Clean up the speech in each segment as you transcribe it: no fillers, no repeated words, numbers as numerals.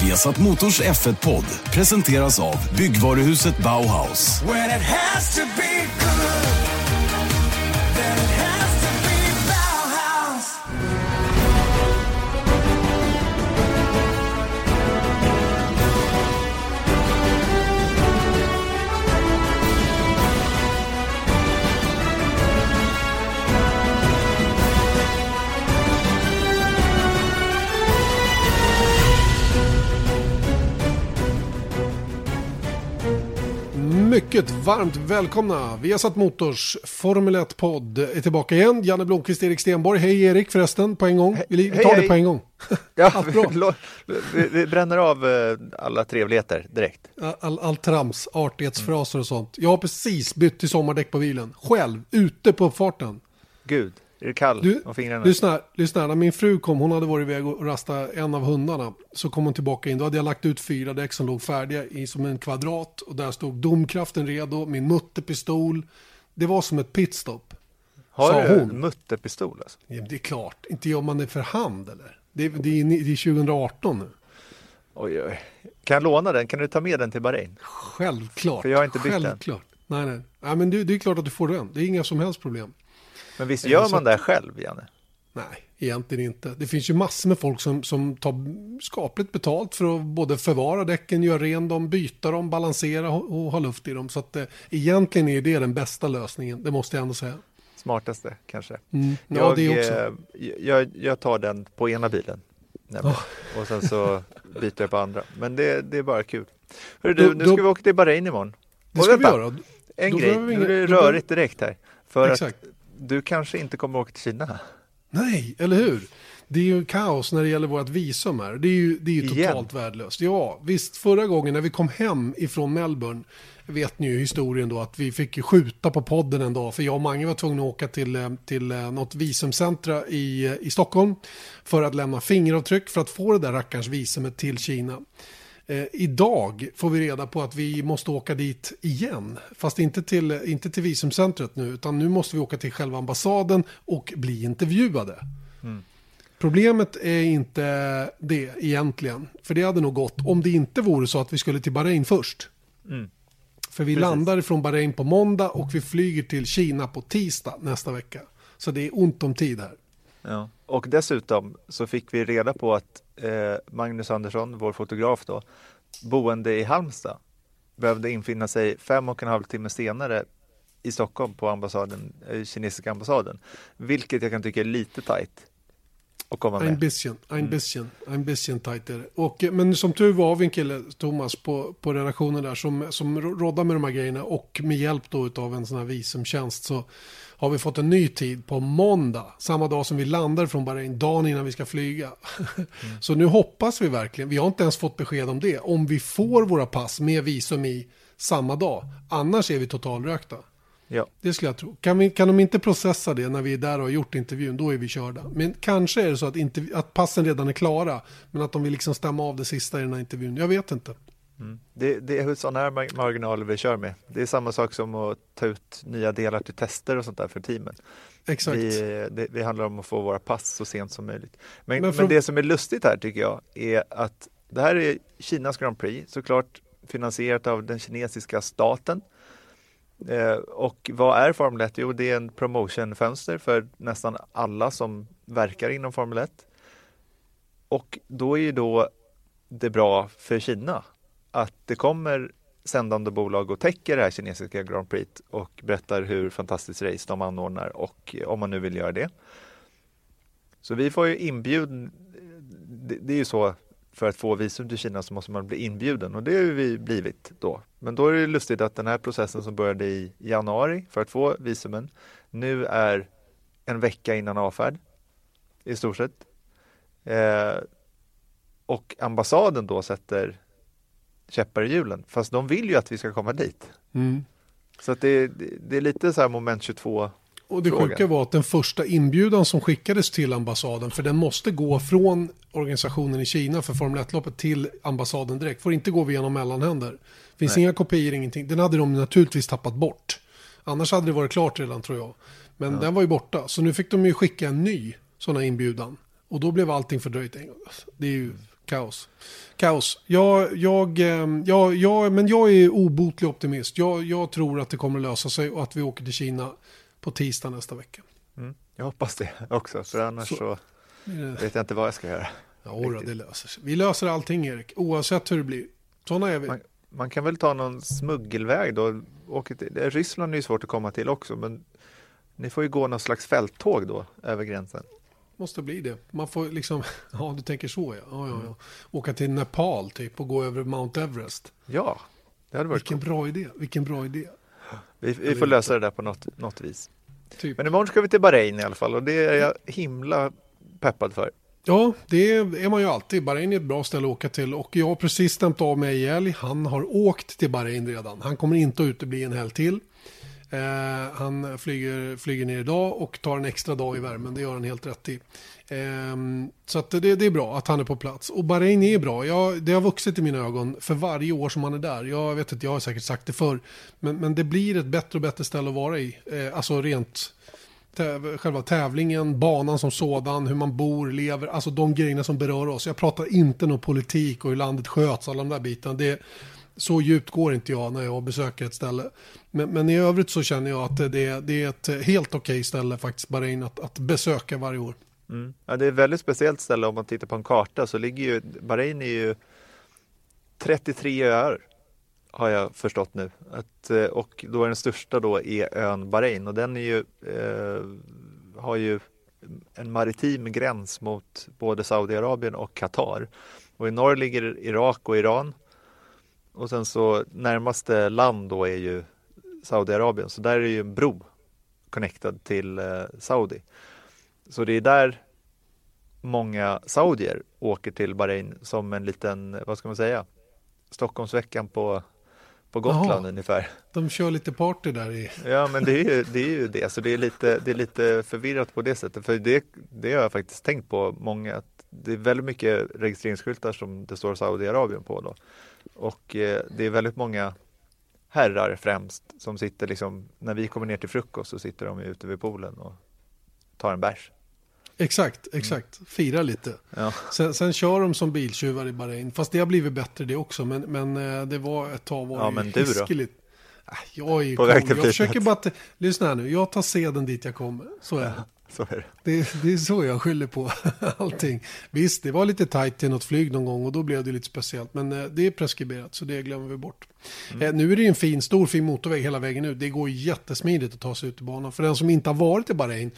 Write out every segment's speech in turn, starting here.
Viasat Motors F1-podd presenteras av Byggvaruhuset Bauhaus. When it has to be good, then it has to be Bauhaus. Mycket varmt välkomna. Viasat Motors Formel 1-podd är tillbaka igen. Janne Blomqvist, Erik Stenborg. Hej Erik förresten, på en gång. Vi tar det på en gång. Ja, vi bränner av alla trevligheter direkt. All trams, artighetsfraser och sånt. Jag har precis bytt till sommardäck på bilen. Själv, ute på uppfarten. Gud, är det kall om fingrarna? Lyssna, när min fru kom, hon hade varit iväg och rasta en av hundarna. Så kom hon tillbaka in, då hade jag lagt ut 4 däck som låg färdiga i som en kvadrat. Och där stod domkraften redo, min mutterpistol. Det var som ett pitstop. Har du en mutterpistol alltså? Ja, det är klart, inte gör man det för hand eller? Det är 2018 nu. Oj. Kan jag låna den? Kan du ta med den till Bahrain? Självklart. För jag har inte byggt den. Nej. Ja, men det är klart att du får den. Det är inga som helst problem. Men visst gör man det själv, Janne? Nej, egentligen inte. Det finns ju massor med folk som tar skapligt betalt för att både förvara däcken, göra ren dem, byta dem, balansera och ha luft i dem. Så att egentligen är det den bästa lösningen, det måste jag ändå säga. Smartaste kanske. Ja, det också. Jag tar den på ena bilen. Och sen så byter jag på andra. Men det är bara kul. Nu ska vi åka till Bahrain imorgon. Det ska vi göra. En grej, nu är det rörigt direkt här. För exakt. Att du kanske inte kommer åka till Kina. Nej, eller hur? Det är ju kaos när det gäller vårt visum här. Det är ju totalt värdelöst. Ja, visst, förra gången när vi kom hem ifrån Melbourne, vet ni ju historien då, att vi fick skjuta på podden en dag. För jag och Mange var tvungna att åka till något visumcentra i Stockholm för att lämna fingeravtryck för att få det där rackarns visumet till Kina. Idag får vi reda på att vi måste åka dit igen. Fast inte till visumcentret nu, utan nu måste vi åka till själva ambassaden och bli intervjuade. Problemet är inte det egentligen. För det hade nog gått om det inte vore så att vi skulle till Bahrain först. För vi landar från Bahrain på måndag och vi flyger till Kina på tisdag nästa vecka. Så det är ont om tid här. Ja. Och dessutom så fick vi reda på att Magnus Andersson, vår fotograf då, boende i Halmstad, behövde infinna sig 5,5 timmar senare i Stockholm på ambassaden, kinesiska ambassaden. Vilket jag kan tycka är lite tajt att komma med. Ein bisschen tighter. Men som tur var vi en kille, Thomas, på redaktionen där som råddar med de här grejerna, och med hjälp då av en sån här visumtjänst så har vi fått en ny tid på måndag, samma dag som vi landar från Bahrain, dagen innan vi ska flyga. Så nu hoppas vi verkligen, vi har inte ens fått besked om det, om vi får våra pass med visum i samma dag. Annars är vi totalrökta. Ja. Det skulle jag tro. Kan de inte processa det när vi är där och har gjort intervjun, då är vi körda. Men kanske är det så att passen redan är klara, men att de vill liksom stämma av det sista i den här intervjun. Jag vet inte. Det är sådana här marginaler vi kör med. Det är samma sak som att ta ut nya delar till tester och sånt där för teamen. Exakt. Det handlar om att få våra pass så sent som möjligt. Men det som är lustigt här tycker jag är att det här är Kinas Grand Prix, såklart finansierat av den kinesiska staten. Och vad är Formel 1? Jo, det är en promotionfönster för nästan alla som verkar inom Formel 1. Och då är ju det bra för Kina att det kommer sändande bolag och täcker det här kinesiska Grand Prix och berättar hur fantastiskt race de anordnar, och om man nu vill göra det. Så vi får ju inbjuden, det är ju så, för att få visum till Kina så måste man bli inbjuden, och det har vi blivit då. Men då är det lustigt att den här processen som började i januari för att få visumen nu är en vecka innan avfärd i stort sett. Och ambassaden då sätter käppar i hjulen, fast de vill ju att vi ska komma dit. Så att det är lite så här moment 22. Och det sjuka var att den första inbjudan som skickades till ambassaden, för den måste gå från organisationen i Kina för Formel 1-loppet till ambassaden direkt. Får inte gå via någon mellanhänder. Finns inga kopior, ingenting. Den hade de naturligtvis tappat bort. Annars hade det varit klart redan, tror jag. Men den var ju borta. Så nu fick de ju skicka en ny sån här inbjudan. Och då blev allting fördröjt en gång. Det är ju Kaos. Men jag är obotlig optimist. Jag tror att det kommer lösa sig och att vi åker till Kina på tisdag nästa vecka. Jag hoppas det också, för annars så vet jag inte vad jag ska göra. Ja, det löser sig. Vi löser allting, Erik, oavsett hur det blir. Såna är vi. Man kan väl ta någon smuggelväg då. Ryssland är ju svårt att komma till också, men ni får ju gå någon slags fälttåg då över gränsen. Måste bli det. Man får liksom, ja du tänker så ja. Åka till Nepal typ och gå över Mount Everest. Ja, det hade varit Vilken bra idé. Vi får lösa det där på något vis. Typ. Men imorgon ska vi till Bahrain i alla fall och det är jag himla peppad för. Ja, det är man ju alltid. Bahrain är ett bra ställe att åka till och jag har precis stämt av med Ejäli. Han har åkt till Bahrain redan. Han kommer inte att utebli en helg till. Han flyger ner idag och tar en extra dag i värmen. Det gör han helt rätt i. Så att det är bra att han är på plats. Och Bahrain är bra. Det har vuxit i mina ögon för varje år som han är där. Jag vet att jag har säkert sagt det förr. Men det blir ett bättre och bättre ställe att vara i. Alltså rent själva tävlingen, banan som sådan, hur man bor, lever. Alltså de grejerna som berör oss. Jag pratar inte någon politik och hur landet sköts, alla de där bitarna. Så djupt går inte jag när jag besöker ett ställe. Men i övrigt så känner jag att det är ett helt okej ställe faktiskt, Bahrain, att besöka varje år. Ja, det är ett väldigt speciellt ställe om man tittar på en karta. Så ligger ju, Bahrain är ju 33 öar har jag förstått nu. Och då är den största då är ön Bahrain. Och den är ju, har ju en maritim gräns mot både Saudiarabien och Qatar. Och i norr ligger Irak och Iran. Och sen så närmaste land då är ju Saudiarabien. Så där är ju en bro connectad till Saudi. Så det är där många saudier åker till Bahrain som en liten, vad ska man säga, Stockholmsveckan på Gotland ungefär. De kör lite party där i. Ja, men det är ju det. Så det är lite förvirrat på det sättet. För det har jag faktiskt tänkt på många. Att det är väldigt mycket registreringsskyltar som det står Saudiarabien på då. Och det är väldigt många herrar främst som sitter liksom, när vi kommer ner till frukost så sitter de ute vid poolen och tar en bärs. Exakt. Fira lite. Ja. Sen kör de som biltjuvar i Bahrain. Fast det har blivit bättre det också. Men det var ett tag hiskeligt. Jag är ju cool. Jag försöker bara lyssna här nu. Jag tar seden dit jag kommer. Så är det. Så är det är så jag skyller på allting. Visst, det var lite tajt till något flyg någon gång och då blev det lite speciellt. Men det är preskriberat så det glömmer vi bort. Nu är det ju en stor fin motorväg hela vägen ut. Det går jättesmidigt att ta sig ut i banan. För den som inte har varit i Bahrain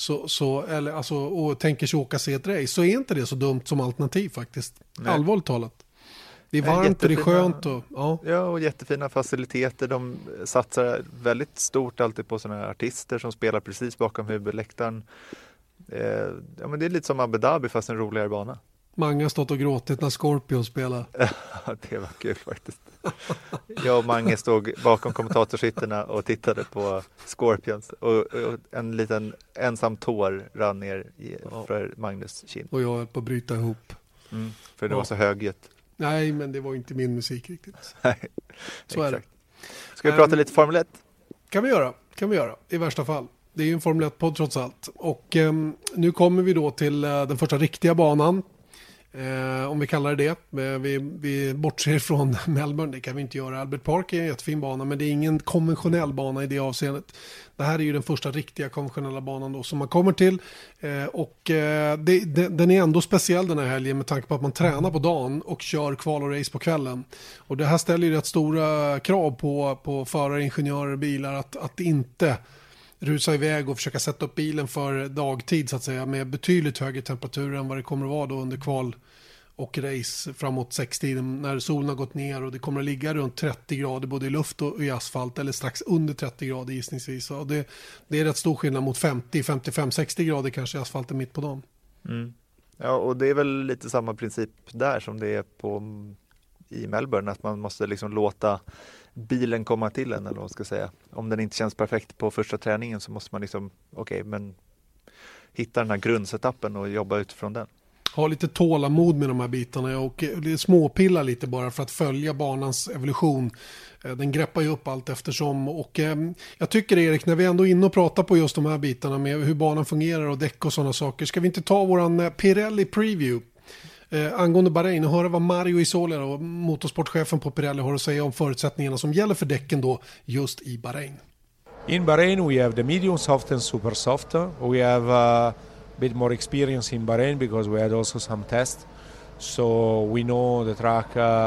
och tänker sig åka se ett race så är inte det så dumt som alternativ faktiskt. Nej. Allvarligt talat. Det är varmt och det är skönt. Och jättefina faciliteter. De satsar väldigt stort alltid på sådana här artister som spelar precis bakom huvudläktaren. Men det är lite som Abu Dhabi fast en roligare bana. Mange har stått och gråtit när Scorpion spelar. Det var kul faktiskt. Jag och Mange stod bakom kommentatorshytterna och tittade på Scorpions. Och en liten ensam tår rann ner för Magnus kind. Och jag höll på att bryta ihop. För det var så högljutt. Nej, men det var inte min musik riktigt. Nej, så är det. Ska vi prata lite Formel 1? Kan vi göra, i värsta fall. Det är ju en Formel 1-podd trots allt. Och nu kommer vi då till den första riktiga banan. Om vi kallar det. Vi bortser från Melbourne, det kan vi inte göra. Albert Park är en jättefin bana, men det är ingen konventionell bana i det avseendet. Det här är ju den första riktiga konventionella banan då som man kommer till. Den är ändå speciell den här helgen med tanke på att man tränar på dagen och kör kval och race på kvällen. Och det här ställer ju rätt stora krav på förare, ingenjörer, bilar att inte rusa iväg och försöka sätta upp bilen för dagtid så att säga med betydligt högre temperaturer än vad det kommer att vara då under kval och race framåt 6-tiden när solen har gått ner och det kommer att ligga runt 30 grader både i luft och i asfalt eller strax under 30 grader gissningsvis. Och det är rätt stor skillnad mot 50, 55, 60 grader kanske i asfalten mitt på dagen. Ja, och det är väl lite samma princip där som det är i Melbourne, att man måste liksom låta bilen komma till en eller vad man ska säga. Om den inte känns perfekt på första träningen så måste man liksom, men hitta den här grundsetappen och jobba utifrån den. Ha lite tålamod med de här bitarna och småpilla lite bara för att följa banans evolution. Den greppar ju upp allt eftersom och jag tycker Erik, när vi ändå är inne och pratar på just de här bitarna med hur banan fungerar och däck och sådana saker, ska vi inte ta våran Pirelli preview? Angående Bahrain, höra vad Mario Isola och motorsportchefen på Pirelli har att säga om förutsättningarna som gäller för däcken då just i Bahrain. In Bahrain we have the medium soft and super soft. We have a bit more experience in Bahrain because we had also some tests. So we know the track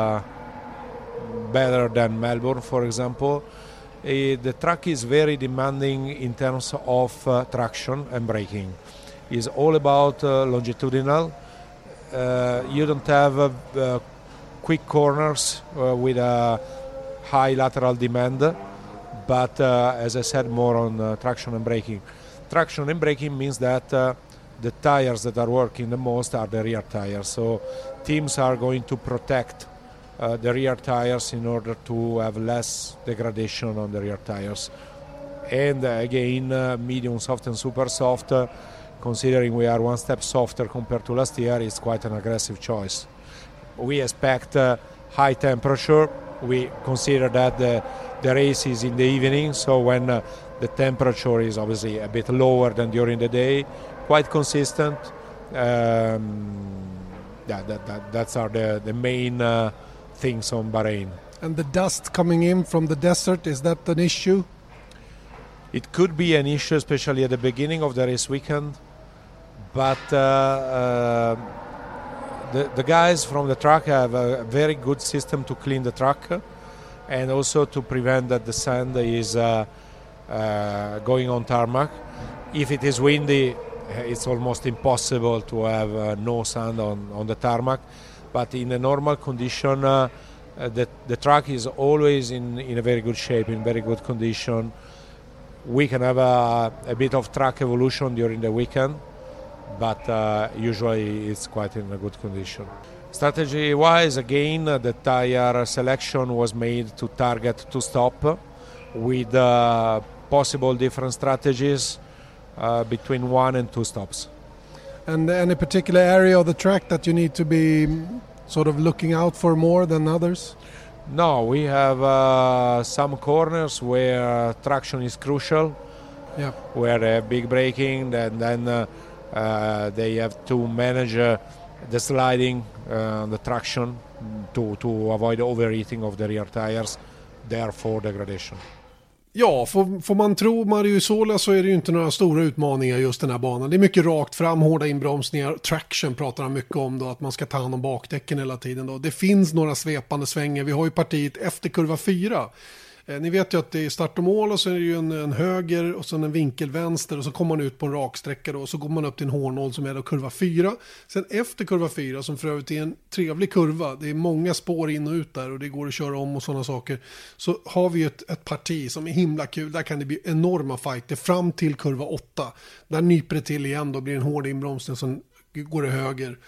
better than Melbourne, for example. The track is very demanding in terms of traction and braking. It's all about longitudinal. You don't have quick corners with a high lateral demand, but as I said, more on traction and braking. Traction and braking means that the tires that are working the most are the rear tires. So teams are going to protect the rear tires in order to have less degradation on the rear tires. And again, medium soft and super soft, considering we are one step softer compared to last year, is quite an aggressive choice. We expect high temperature. We consider that the race is in the evening, so when the temperature is obviously a bit lower than during the day, quite consistent. That's are the main things on Bahrain. And the dust coming in from the desert, is that an issue? It could be an issue, especially at the beginning of the race weekend. But the guys from the track have a very good system to clean the track and also to prevent that the sand is going on tarmac. If it is windy, it's almost impossible to have no sand on the tarmac. But in a normal condition, the track is always in a very good shape, in very good condition. We can have a bit of track evolution during the weekend, but usually it's quite in a good condition. Strategy-wise, again, the tire selection was made to target to stop with possible different strategies between 1 and 2 stops. And any particular area of the track that you need to be sort of looking out for more than others? No, we have some corners where traction is crucial, where they have big braking, and then they have to manage the sliding, the traction to avoid overheating of the rear tires, therefore degradation. Ja, får man tro Mario Isola så är det ju inte några stora utmaningar just den här banan. Det är mycket rakt fram, hårda inbromsningar. Traction pratar han mycket om då, att man ska ta hand om bakdäcken hela tiden då. Det finns några svepande svängar. Vi har ju partiet efter kurva 4. Ni vet ju att det är start och mål och så är det ju en höger och så en vinkel vänster och så kommer man ut på en raksträcka då och så går man upp till en hårnål som är då kurva 4. Sen efter kurva 4 som för övrigt är en trevlig kurva, det är många spår in och ut där och det går att köra om och sådana saker, så har vi ett parti som är himla kul. Där kan det bli enorma fighter fram till kurva 8. Där nyper det till igen, då blir det en hård inbromsning som går det höger.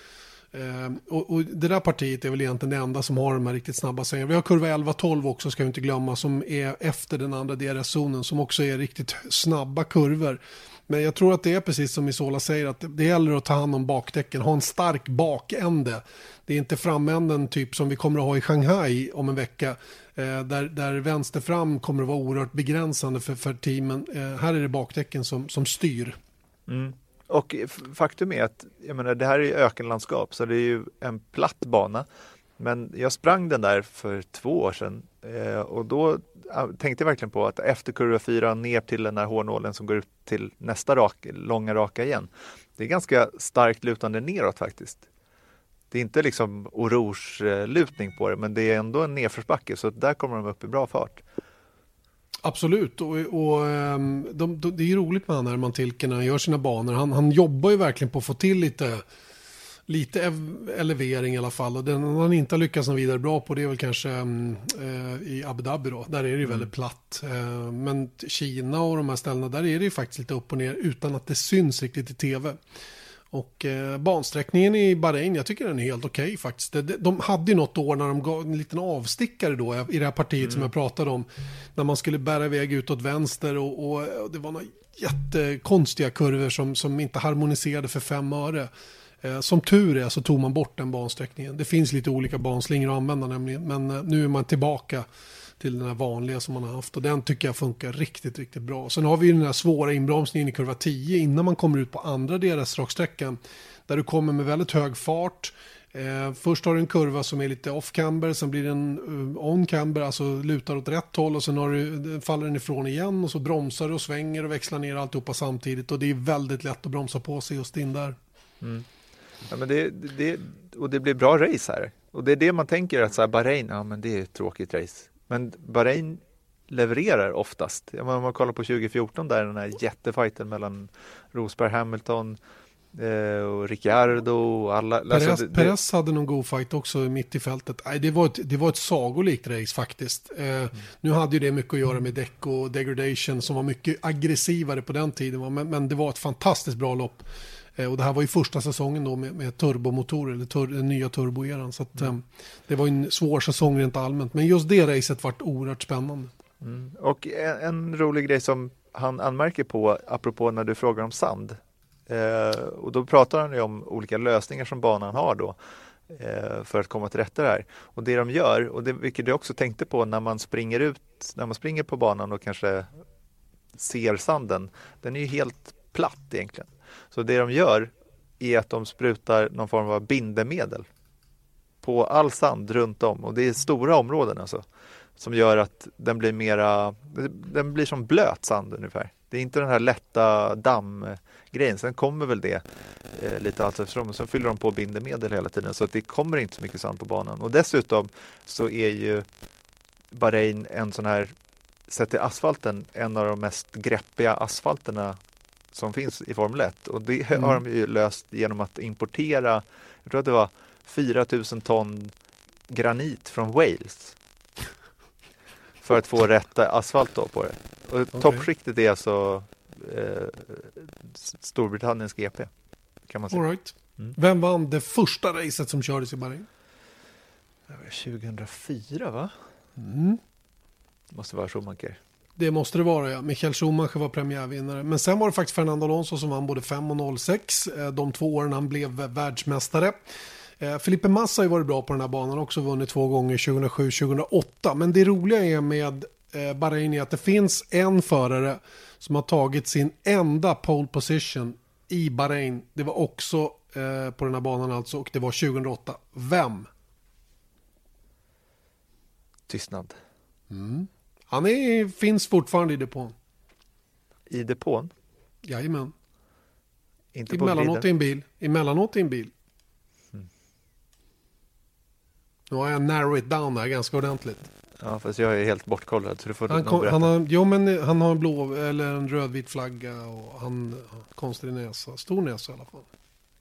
Och det där partiet är väl egentligen det enda som har de här riktigt snabba svängarna. Vi har kurva 11-12 också, ska vi inte glömma, som är efter den andra DRS-zonen, som också är riktigt snabba kurvor. Men jag tror att det är precis som Isola säger, att det gäller att ta hand om bakdäcken, ha en stark bakände. Det är inte framänden typ som vi kommer att ha i Shanghai om en vecka, där vänster fram kommer att vara oerhört begränsande för teamen. Här är det bakdäcken som styr. Mm. Och faktum är att det här är ökenlandskap, så det är ju en platt bana. Men jag sprang den där för 2 år sedan och då tänkte jag verkligen på att efter kurva 4 ner till den här hårnålen som går ut till nästa långa raka igen. Det är ganska starkt lutande neråt faktiskt. Det är inte liksom rouge-lutning på det, men det är ändå en nedförsbacke, så där kommer de upp i bra fart. Absolut, och det är ju roligt med han här Mantilken när han gör sina banor. Han jobbar ju verkligen på att få till lite elevering i alla fall, och den han inte har lyckats vidare bra på, det är väl kanske i Abu Dhabi då. Där är det ju väldigt platt. Men Kina och de här ställena, där är det ju faktiskt lite upp och ner utan att det syns riktigt i tv. Och bansträckningen i Bahrain, jag tycker den är helt okej faktiskt. De hade ju något år när de gav en liten avstickare då i det här partiet som jag pratade om, när man skulle bära iväg ut åt vänster och det var några jättekonstiga kurvor som inte harmoniserade för 5 öre. Som tur är så tog man bort den bansträckningen. Det finns lite olika banslingor att använda nämligen, men nu är man tillbaka till den här vanliga som man har haft, och den tycker jag funkar riktigt, riktigt bra. Sen har vi ju den här svåra inbromsningen i kurva 10 innan man kommer ut på andra DRS-raksträckan, där du kommer med väldigt hög fart. Först har du en kurva som är lite off-camber, sen blir den on-camber, alltså lutar åt rätt håll och sen faller den ifrån igen och så bromsar du och svänger och växlar ner alltihopa samtidigt och det är väldigt lätt att bromsa på sig just in där. Mm. Ja, men det blir bra race här. Och det är det man tänker att så här, Bahrain, ja men det är ett tråkigt race. Men Bahrain levererar oftast. Om man kollar på 2014 där den här jättefighten mellan Rosberg, Hamilton och Ricciardo och alla. Perez hade någon god fight också mitt i fältet. Nej, det var ett sagolikt race faktiskt. Nu hade ju det mycket att göra med däck och degradation som var mycket aggressivare på den tiden. Men det var ett fantastiskt bra lopp. Och det här var ju första säsongen då med turbomotorer, eller den nya turboeran. Så att, det var en svår säsong rent allmänt. Men just det racet var oerhört spännande. Mm. Och en rolig grej som han anmärker på, apropå när du frågar om sand. Och då pratar han ju om olika lösningar som banan har då. För att komma till rätta där. Och det de gör, och det, vilket du också tänkte på när man springer på banan och kanske ser sanden. Den är ju helt platt egentligen. Så det de gör är att de sprutar någon form av bindemedel på all sand runt om. Och det är stora områden alltså. Som gör att den blir som blöt sand ungefär. Det är inte den här lätta dammgrejen. Sen kommer väl det lite allt eftersom. Sen fyller de på bindemedel hela tiden. Så att det kommer inte så mycket sand på banan. Och dessutom så är ju Bahrain en sån här, sett till asfalten, en av de mest greppiga asfalterna som finns i Formel 1. Och det har de ju löst genom att importera, jag tror att det var 4000 ton granit från Wales. För att få rätt asfalt då på det. Och toppskiktet är alltså Storbritanniens GP. Kan man säga. All right. Vem vann det första racet som kördes i Bahrain? 2004 va? Det måste vara Schumacher. Det måste det vara, ja. Michael Schumacher var premiärvinnare. Men sen var det faktiskt Fernando Alonso som vann både 5 och 06. De 2 åren han blev världsmästare. Felipe Massa har ju varit bra på den här banan, också vunnit 2 gånger 2007-2008. Men det roliga är med Bahrain är att det finns en förare som har tagit sin enda pole position i Bahrain. Det var också på den här banan alltså, och det var 2008. Vem? Tystnad. Han finns fortfarande i depån. I depån? Jajamän. Inte emellanåt i en bil. Emellanåt i en bil. Nu har jag narrow it down här ganska ordentligt. Ja, fast jag är helt bortkollad så du får nog berätta. Han har en blå eller en rödvit flagga och han har konstig näsa. Stor näsa i alla fall.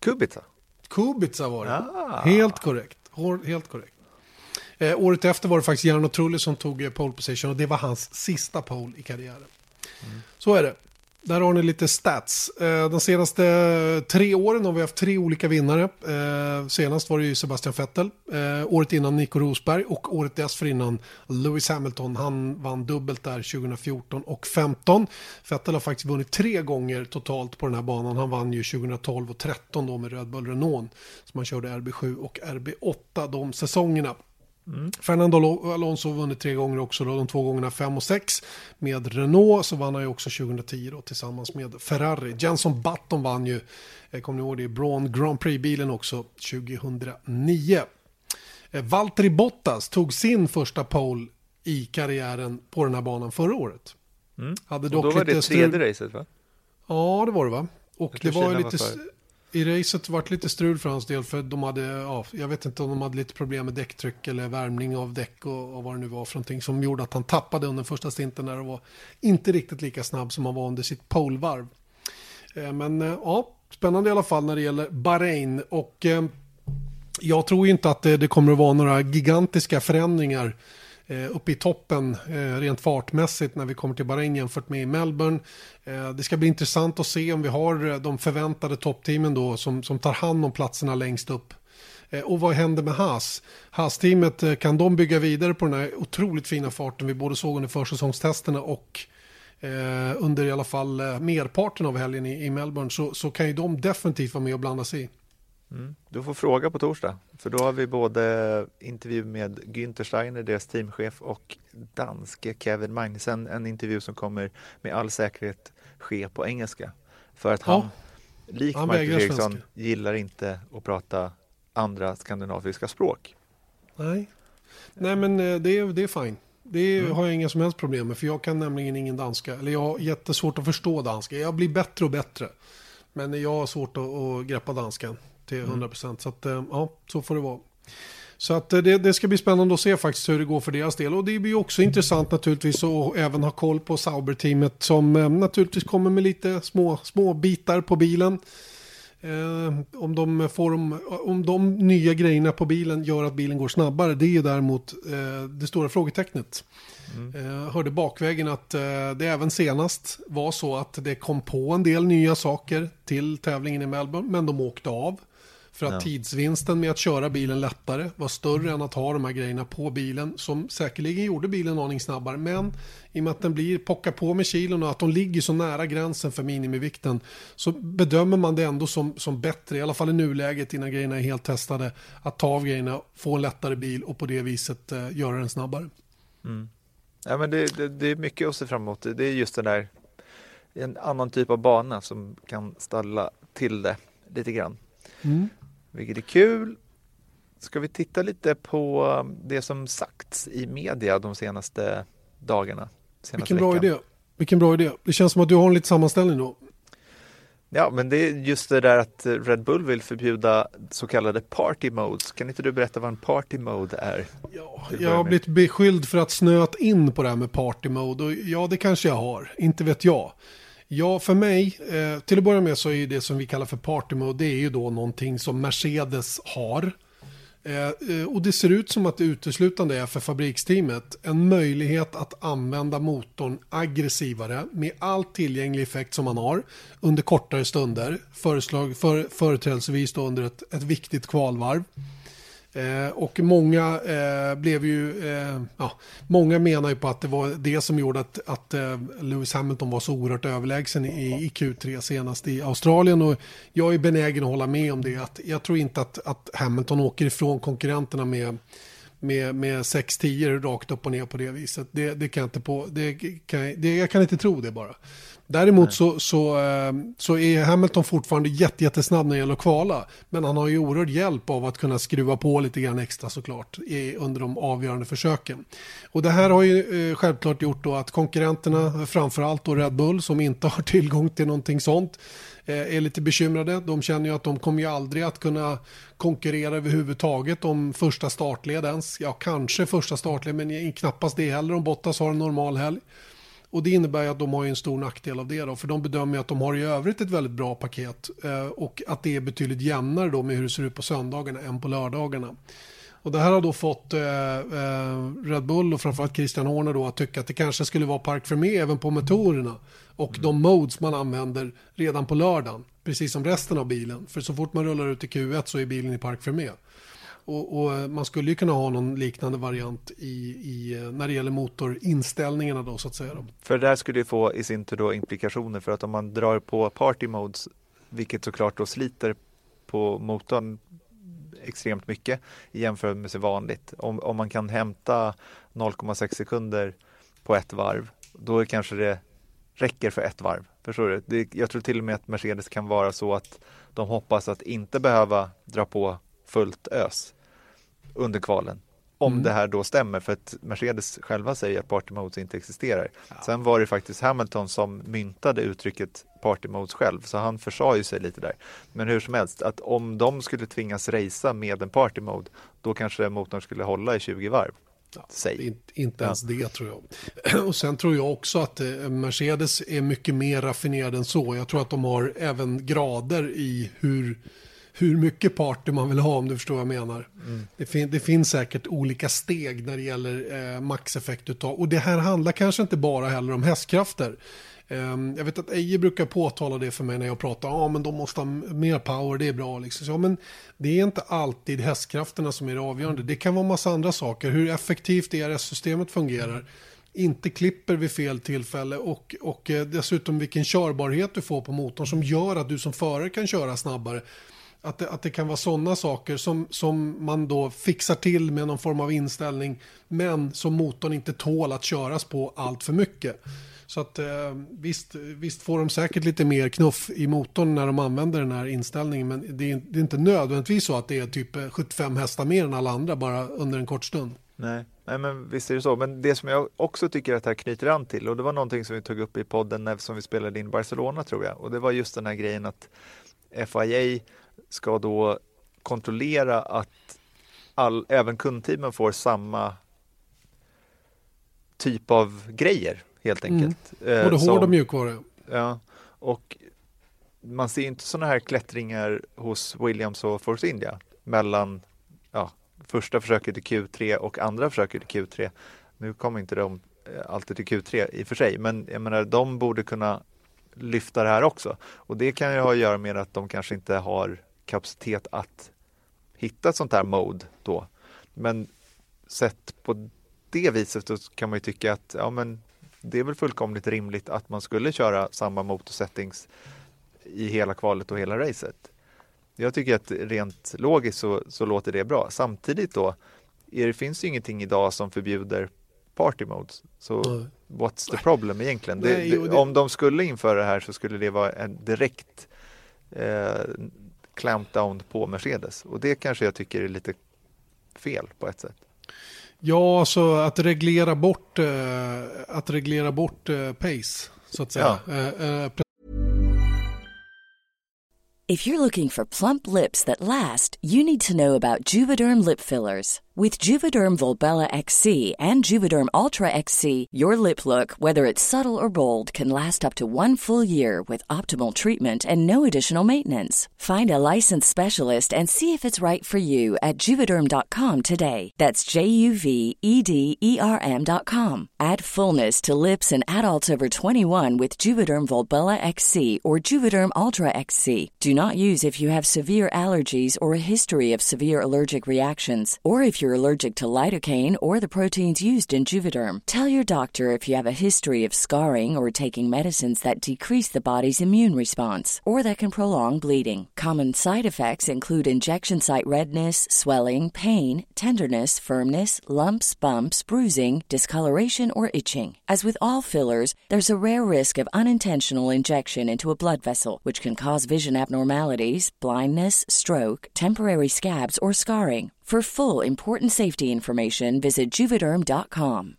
Kubica var det. Helt korrekt. Helt korrekt. Året efter var det faktiskt Jarno Trulli som tog pole position och det var hans sista pole i karriären. Så är det. Där har ni lite stats. De senaste 3 åren har vi haft 3 olika vinnare. Senast var det ju Sebastian Vettel. Året innan Nico Rosberg och året dessförinnan Lewis Hamilton. Han vann dubbelt där 2014 och 15. Vettel har faktiskt vunnit 3 gånger totalt på den här banan. Han vann ju 2012 och 13 då med Red Bull Renault. Så man körde RB7 och RB8 de säsongerna. Fernando Alonso vunnit 3 gånger också då, de 2 gångerna 5 och 6 med Renault, så vann han ju också 2010 då, tillsammans med Ferrari. Jenson Button vann ju, kommer ni ihåg det, Braun Grand Prix-bilen också 2009. Valtteri Bottas tog sin första pole i karriären på den här banan förra året. Hade dock och då var det tredje racet va? Ja, det var det va? Och det var ju lite... I racet var det lite strul för hans del för de hade, jag vet inte om de hade lite problem med däcktryck eller värmning av däck och vad det nu var för någonting som gjorde att han tappade under första stinten när det var inte riktigt lika snabb som han var under sitt polevarv. Men ja, spännande i alla fall när det gäller Bahrain och jag tror inte att det kommer att vara några gigantiska förändringar uppe i toppen rent fartmässigt när vi kommer till Bahrain jämfört med i Melbourne. Det ska bli intressant att se om vi har de förväntade toppteamen då som tar hand om platserna längst upp. Och vad händer med Haas? Haas-teamet, kan de bygga vidare på den här otroligt fina farten vi både såg under försäsongstesterna och under i alla fall merparten av helgen i Melbourne så kan ju de definitivt vara med och blanda sig i. Du får fråga på torsdag, för då har vi både intervju med Günther Steiner, deras teamchef, och danske Kevin Magnussen, en intervju som kommer med all säkerhet ske på engelska. För att han, likt Marcus Ericsson, gillar inte att prata andra skandinaviska språk. Nej, men det är fine. Det har jag inga som helst problem med, för jag kan nämligen ingen danska. Eller jag har jättesvårt att förstå danska. Jag blir bättre och bättre. Men jag har svårt att greppa danskan till 100%. Så att, ja, så får det vara. Så att det ska bli spännande att se faktiskt hur det går för deras del. Och det blir också intressant naturligtvis att även ha koll på Sauber-teamet som naturligtvis kommer med lite små bitar på bilen. Om de nya grejerna på bilen gör att bilen går snabbare, det är ju däremot det stora frågetecknet. Jag hörde bakvägen att det även senast var så att det kom på en del nya saker till tävlingen i Melbourne, men de åkte av. För att tidsvinsten med att köra bilen lättare var större än att ha de här grejerna på bilen, som säkerligen gjorde bilen en aning snabbare. Men i och med att den blir pocka på med kilon och att de ligger så nära gränsen för minimivikten, så bedömer man det ändå som bättre, i alla fall i nuläget innan grejerna är helt testade, att ta av grejerna, få en lättare bil och på det viset göra den snabbare. Ja, men det är mycket att se fram emot. Det är just den där, en annan typ av bana som kan ställa till det lite grann. Vilket är kul. Ska vi titta lite på det som sagts i media de senaste dagarna? Vilken bra idé. Det känns som att du har en lite sammanställning då. Ja, men det är just det där att Red Bull vill förbjuda så kallade party modes. Kan inte du berätta vad en party mode är? Ja, jag har blivit beskylld för att snöat in på det här med party mode. Och ja, det kanske jag har. Inte vet jag. Ja, för mig, till att börja med så är det som vi kallar för party mode, det är ju då någonting som Mercedes har. Och det ser ut som att det uteslutande är för fabriksteamet en möjlighet att använda motorn aggressivare med all tillgänglig effekt som man har under kortare stunder, företrädesvis då under ett viktigt kvalvarv. Och många många menar ju på att det var det som gjorde att Lewis Hamilton var så oerhört överlägsen i Q3 senast i Australien, och jag är benägen att hålla med om det. Att jag tror inte att Hamilton åker ifrån konkurrenterna med 6-10 rakt upp och ner på det viset. Det kan jag inte jag kan inte tro det bara. Däremot så är Hamilton fortfarande jättesnabb när det gäller att kvala. Men han har ju oerhörd hjälp av att kunna skruva på lite grann extra såklart under de avgörande försöken. Och det här har ju självklart gjort då att konkurrenterna, framförallt då Red Bull som inte har tillgång till någonting sånt, är lite bekymrade. De känner ju att de kommer ju aldrig att kunna konkurrera överhuvudtaget om första startledens. Ja, kanske första startled, men knappast det heller om Bottas har en normal helg. Och det innebär ju att de har en stor nackdel av det då, för de bedömer att de har i övrigt ett väldigt bra paket och att det är betydligt jämnare då med hur det ser ut på söndagarna än på lördagarna. Och det här har då fått Red Bull och framförallt Christian Horner då att tycka att det kanske skulle vara park Fermé även på motorerna och de modes man använder redan på lördagen, precis som resten av bilen. För så fort man rullar ut i Q1 så är bilen i park Fermé. Och man skulle ju kunna ha någon liknande variant när det gäller motorinställningarna då så att säga. För det här skulle ju få i sin tur då implikationer, för att om man drar på party modes, vilket såklart då sliter på motorn extremt mycket i jämförelse med vanligt. Om man kan hämta 0,6 sekunder på ett varv, då kanske det räcker för ett varv. Förstår du? Jag tror till och med att Mercedes kan vara så att de hoppas att inte behöva dra på fullt ös under kvalen. Om det här då stämmer, för att Mercedes själva säger att party modes inte existerar. Ja. Sen var det faktiskt Hamilton som myntade uttrycket party modes själv, så han försade ju sig lite där. Men hur som helst, att om de skulle tvingas racea med en party mode, då kanske motorn skulle hålla i 20 varv. Ja, inte ens det tror jag. Och sen tror jag också att Mercedes är mycket mer raffinerad än så. Jag tror att de har även grader i hur mycket party man vill ha, om du förstår vad jag menar. Det finns säkert olika steg när det gäller maxeffektuttag. Och det här handlar kanske inte bara heller om hästkrafter. Jag vet att Eje brukar påtala det för mig när jag pratar. Men de måste ha mer power, det är bra. Liksom. Så, men det är inte alltid hästkrafterna som är det avgörande. Det kan vara en massa andra saker. Hur effektivt ERS-systemet fungerar. Inte klipper vid fel tillfälle och dessutom vilken körbarhet du får på motorn som gör att du som förare kan köra snabbare. Att det kan vara sådana saker som man då fixar till med någon form av inställning, men som motorn inte tål att köras på allt för mycket. Så att visst får de säkert lite mer knuff i motorn när de använder den här inställningen. Men det är inte nödvändigtvis så att det är typ 75 hästar mer än alla andra bara under en kort stund. Nej, men visst är det så. Men det som jag också tycker att det här knyter an till, och det var någonting som vi tog upp i podden som vi spelade in i Barcelona tror jag. Och det var just den här grejen att FIA ska då kontrollera att även kundteamen får samma typ av grejer helt enkelt. Både hård och mjukvara. Ja, och man ser inte sådana här klättringar hos Williams och Force India mellan första försöket i Q3 och andra försöket i Q3. Nu kommer inte de alltid till Q3 i och för sig, men jag menar, de borde kunna lyfta det här också. Och det kan ju ha att göra med att de kanske inte har kapacitet att hitta ett sånt här mode då. Men sett på det viset så kan man ju tycka att men det är väl fullkomligt rimligt att man skulle köra samma motorsettings i hela kvalet och hela racet. Jag tycker att rent logiskt så låter det bra. Samtidigt då, finns det ingenting idag som förbjuder party modes. Så what's the problem egentligen? Om de skulle införa det här så skulle det vara en direkt clampdown på Mercedes. Och det kanske jag tycker är lite fel på ett sätt. Ja, alltså att reglera bort pace, så att säga. Ja. If you're looking for plump lips that last, you need to know about Juvederm lip fillers. With Juvederm Volbella XC and Juvederm Ultra XC, your lip look, whether it's subtle or bold, can last up to 1 full year with optimal treatment and no additional maintenance. Find a licensed specialist and see if it's right for you at Juvederm.com today. That's JUVEDERM.com. Add fullness to lips in adults over 21 with Juvederm Volbella XC or Juvederm Ultra XC. Do not use if you have severe allergies or a history of severe allergic reactions, or if you're allergic to lidocaine or the proteins used in Juvederm. Tell your doctor if you have a history of scarring or taking medicines that decrease the body's immune response or that can prolong bleeding. Common side effects include injection site redness, swelling, pain, tenderness, firmness, lumps, bumps, bruising, discoloration, or itching. As with all fillers, there's a rare risk of unintentional injection into a blood vessel, which can cause vision abnormalities, blindness, stroke, temporary scabs, or scarring. For full important safety information, visit Juvederm.com.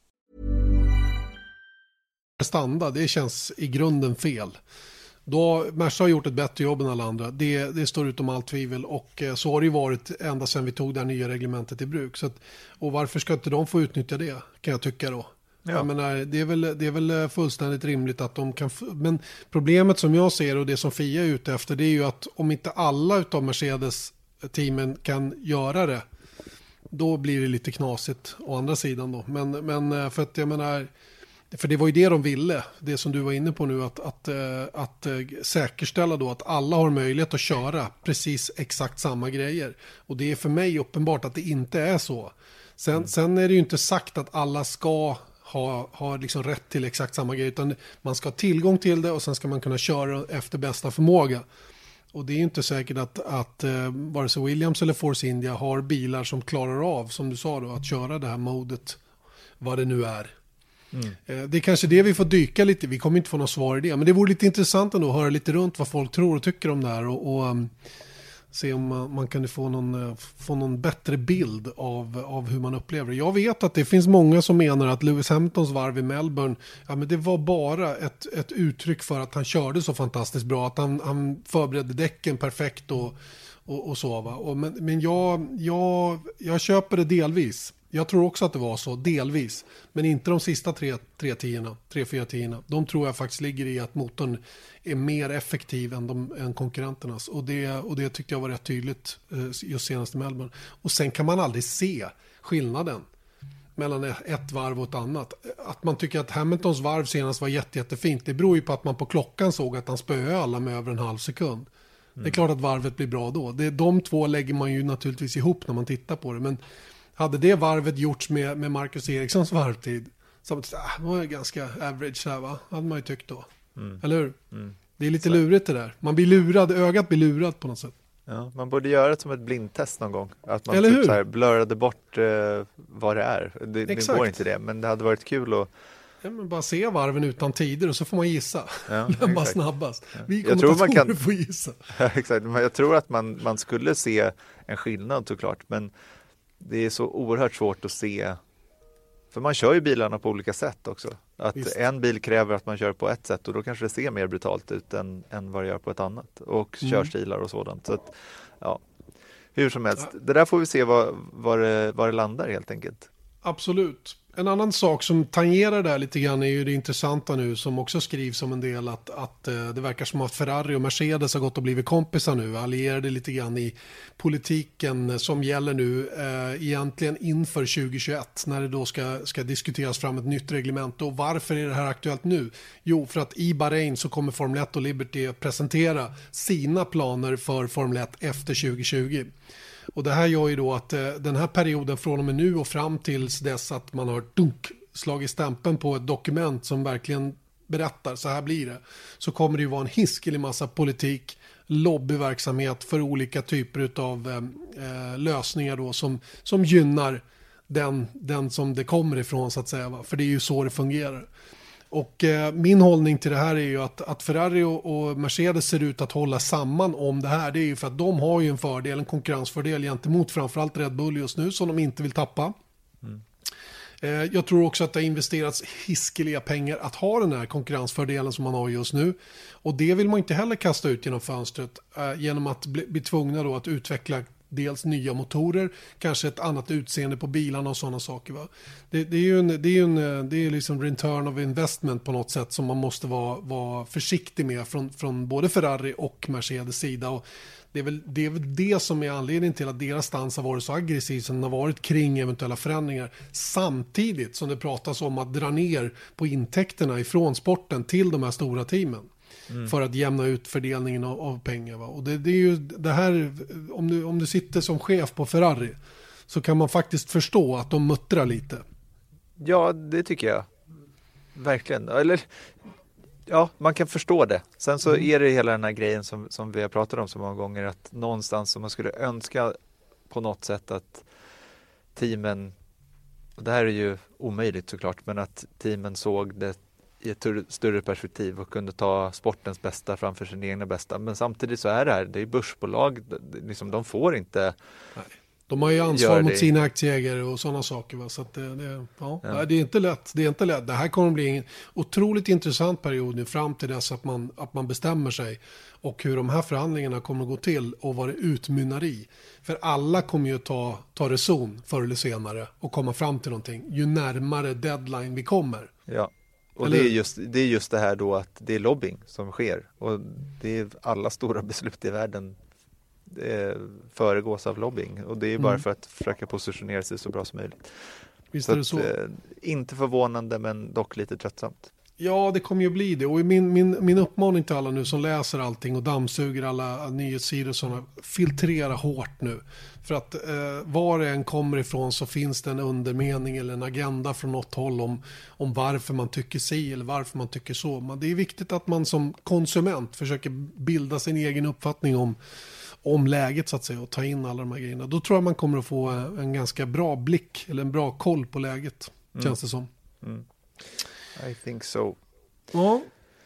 Standard, det känns i grunden fel. Då Merca har gjort ett bättre jobb än alla andra. Det står utom allt tvivel, och så har det ju varit ända sedan vi tog det här nya reglementet i bruk. Så att, och varför ska inte de få utnyttja det, kan jag tycka då. Ja. Jag menar, det är väl fullständigt rimligt att de kan... Men problemet som jag ser, och det som FIA är ute efter, det är ju att om inte alla utav Mercedes-teamen kan göra det, då blir det lite knasigt å andra sidan då. Men för att jag menar, för det var ju det de ville, det som du var inne på nu, att säkerställa då att alla har möjlighet att köra precis exakt samma grejer. Och det är för mig uppenbart att det inte är så. Sen är det ju inte sagt att alla ska ha liksom rätt till exakt samma grejer, utan man ska ha tillgång till det och sen ska man kunna köra efter bästa förmåga. Och det är inte säkert att vare sig Williams eller Force India har bilar som klarar av, som du sa då, att köra det här modet, vad det nu är. Det är kanske det vi får dyka lite. Vi kommer inte få något svar i det, men det vore lite intressant ändå att höra lite runt vad folk tror och tycker om det här, och se om man kan få någon bättre bild av hur man upplever det. Jag vet att det finns många som menar att Lewis Hamiltons varv i Melbourne, men det var bara ett uttryck för att han körde så fantastiskt bra, att han förberedde däcken perfekt och så, va? Men jag köper det delvis. Jag tror också att det var så, delvis. Men inte de sista 3-4 tiorna. De tror jag faktiskt ligger i att motorn är mer effektiv än konkurrenternas. Och det tyckte jag var rätt tydligt just senast i Melbourne. Och sen kan man aldrig se skillnaden mellan ett varv och ett annat. Att man tycker att Hamiltons varv senast var jättefint, det beror ju på att man på klockan såg att han spöade alla med över en halv sekund. Det är klart att varvet blir bra då. De två lägger man ju naturligtvis ihop när man tittar på det. Men hade det varvet gjorts med Marcus Erikssons varvtid, så det var ganska average här, va? Hade man ju tyckt då. Eller hur? Det är lite lurigt det där. Man blir lurad, ögat blir lurad på något sätt. Ja, man borde göra det som ett blindtest någon gång. Att man typ så här blurrade bort vad det är. Det går inte det, men det hade varit kul att Ja, men bara se varven utan tider och så får man gissa. Ja, Den bara snabbast. Ja. Vi Jag tror man kan få gissa. Exakt, men jag tror att man skulle se en skillnad såklart, men det är så oerhört svårt att se, för man kör ju bilarna på olika sätt också. Att Visst. En bil kräver att man kör på ett sätt och då kanske det ser mer brutalt ut än vad det gör på ett annat. Och körstilar och sådant. Så att, ja, hur som helst. Det där får vi se var det landar helt enkelt. Absolut. En annan sak som tangerar det här lite grann är ju det intressanta nu som också skrivs om en del att det verkar som att Ferrari och Mercedes har gått och blivit kompisar nu, allierade lite grann i politiken som gäller nu egentligen inför 2021 när det då ska diskuteras fram ett nytt reglement. Och varför är det här aktuellt nu? Jo, för att i Bahrain så kommer Formel 1 och Liberty presentera sina planer för Formel 1 efter 2020. Och det här gör ju då att den här perioden från och med nu och fram tills dess att man har slagit stämpeln på ett dokument som verkligen berättar så här blir det. Så kommer det ju vara en hiskelig massa politik, lobbyverksamhet för olika typer av lösningar då som gynnar den som det kommer ifrån så att säga. Va? För det är ju så det fungerar. Och min hållning till det här är ju att Ferrari och Mercedes ser ut att hålla samman om det här. Det är ju för att de har ju en konkurrensfördel gentemot framförallt Red Bull just nu som de inte vill tappa. Jag tror också att det har investerats hiskeliga pengar att ha den här konkurrensfördelen som man har just nu. Och det vill man inte heller kasta ut genom fönstret genom att bli tvungna då att utveckla dels nya motorer, kanske ett annat utseende på bilarna och sådana saker. Va? Det är liksom return of investment på något sätt som man måste vara försiktig med från både Ferrari och Mercedes sida. Och det är väl det som är anledningen till att deras stans har varit så aggressiv som den har varit kring eventuella förändringar. Samtidigt som det pratas om att dra ner på intäkterna ifrån sporten till de här stora teamen. För att jämna ut fördelningen av pengar. Va? Och det är ju det här, om du sitter som chef på Ferrari så kan man faktiskt förstå att de muttrar lite. Ja, det tycker jag. Verkligen. Eller, ja, man kan förstå det. Sen så är det hela den här grejen som vi har pratat om så många gånger, att någonstans som man skulle önska på något sätt att teamen, och det här är ju omöjligt såklart, men att teamen såg det i ett större perspektiv och kunde ta sportens bästa framför sin egna bästa. Men samtidigt så är det är börsbolag, liksom, de får inte. Nej. De har ju ansvar mot sina aktieägare och sådana saker. Va? Så att det är inte lätt. Det är inte lätt. Det här kommer att bli en otroligt intressant period nu fram till dess att man bestämmer sig. Och hur de här förhandlingarna kommer att gå till och vad det utmynnar i. För alla kommer ju ta reson förr eller senare och komma fram till någonting. Ju närmare deadline vi kommer. Ja. Och det är just det här då att det är lobbying som sker. Och det är alla stora beslut i världen föregås av lobbying. Och det är bara för att försöka positionera sig så bra som möjligt. Visst är det så? Inte förvånande men dock lite tröttsamt. Ja, det kommer ju bli det. Och min uppmaning till alla nu som läser allting och dammsuger alla nyhetssidor och sådana, filtrera hårt nu. För att var det än kommer ifrån så finns det en undermening eller en agenda från något håll om varför man tycker si eller varför man tycker så. Men det är viktigt att man som konsument försöker bilda sin egen uppfattning om läget så att säga och ta in alla de här grejerna. Då tror jag man kommer att få en ganska bra blick eller en bra koll på läget, känns det som. I think so. Ja.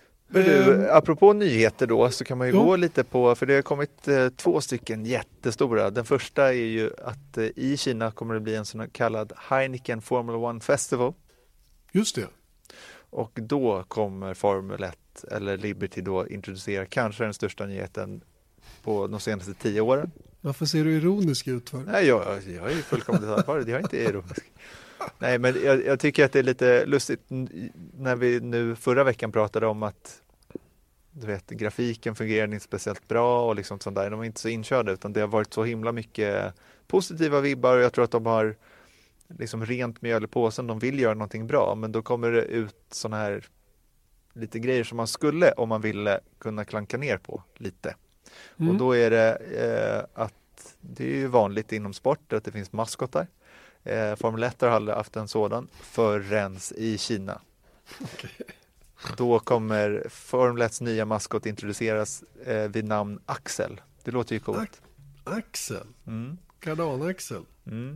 Apropå nyheter då så kan man ju gå lite på, för det har kommit 2 stycken jättestora. Den första är ju att i Kina kommer det bli en sån kallad Heineken Formula 1 Festival. Just det. Och då kommer Formel 1 eller Liberty då introducera kanske den största nyheten på de senaste 10 åren. Varför ser du ironisk ut för? Nej, jag är ju fullkomligt ansvarig. Jag är inte ironisk. Nej, men jag tycker att det är lite lustigt när vi nu förra veckan pratade om att du vet, grafiken fungerar inte speciellt bra och liksom sånt där. De är inte så inkörda utan det har varit så himla mycket positiva vibbar och jag tror att de har liksom rent mjöl i påsen. De vill göra någonting bra, men då kommer det ut såna här lite grejer som man skulle, om man ville, kunna klanka ner på lite. Och då är det att det är ju vanligt inom sport att det finns maskotar. Formel 1 har aldrig haft en sådan förrän i Kina. Okay. Då kommer Formel 1s nya maskot introduceras vid namn Axel. Det låter ju coolt. Axel? Kardan-Axel?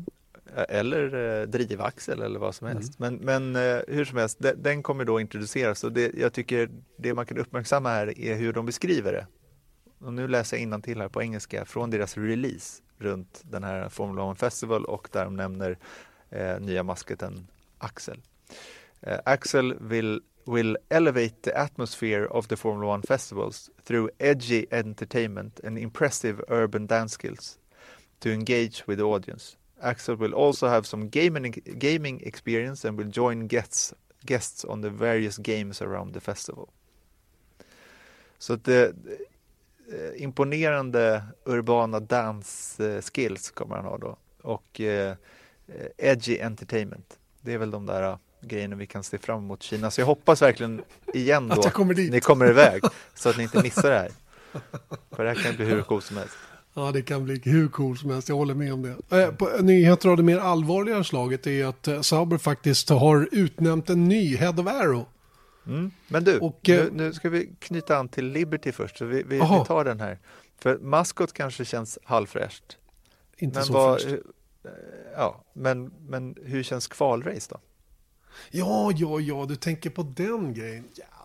Eller drivaxel eller vad som helst. Men hur som helst, den kommer då introduceras. Och jag tycker det man kan uppmärksamma här är hur de beskriver det. Och nu läser jag innantill här på engelska från deras release runt den här Formula 1 Festival, och där de nämner nya maskoten Axel. Axel will elevate the atmosphere of the Formula 1 festivals through edgy entertainment and impressive urban dance skills to engage with the audience. Axel will also have some gaming experience and will join guests on the various games around the festival. Så det imponerande urbana dance skills kommer han ha då. Och edgy entertainment. Det är väl de där grejerna vi kan se fram emot Kina. Så jag hoppas verkligen igen då att ni kommer iväg så att ni inte missar det här. För det här kan bli hur coolt som helst. Ja, det kan bli hur coolt som helst. Jag håller med om det. På nyheter av det mer allvarliga slaget är att Sauber faktiskt har utnämnt en ny Head of Aero. Men du, nu ska vi knyta an till Liberty först. Så vi tar den här. För maskot kanske känns halvfräscht. Inte men så fräscht. Ja, men hur känns kvalrace då? Ja, du tänker på den grejen.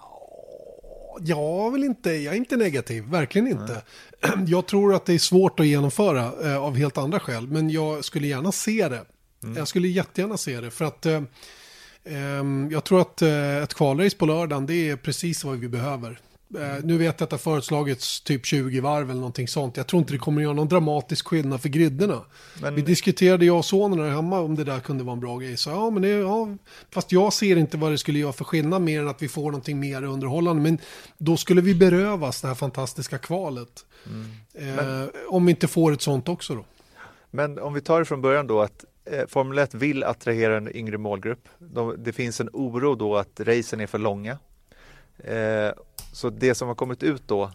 Jag är inte negativ, verkligen inte. Jag tror att det är svårt att genomföra av helt andra skäl, men jag skulle gärna se det. Jag skulle jättegärna se det, för att jag tror att ett kvalrace på lördagen, det är precis vad vi behöver. Nu vet jag att det har föreslagits typ 20 varv eller någonting sånt. Jag tror inte det kommer att göra någon dramatisk skillnad för gridderna. Vi diskuterade, jag och sonen där hemma, om det där kunde vara en bra grej. Så fast jag ser inte vad det skulle göra för skillnad mer än att vi får någonting mer underhållande. Men då skulle vi berövas det här fantastiska kvalet. Om vi inte får ett sånt också då. Men om vi tar det från början då, att Formel 1 vill attrahera en yngre målgrupp. Det finns en oro då att racen är för långa. Så det som har kommit ut då,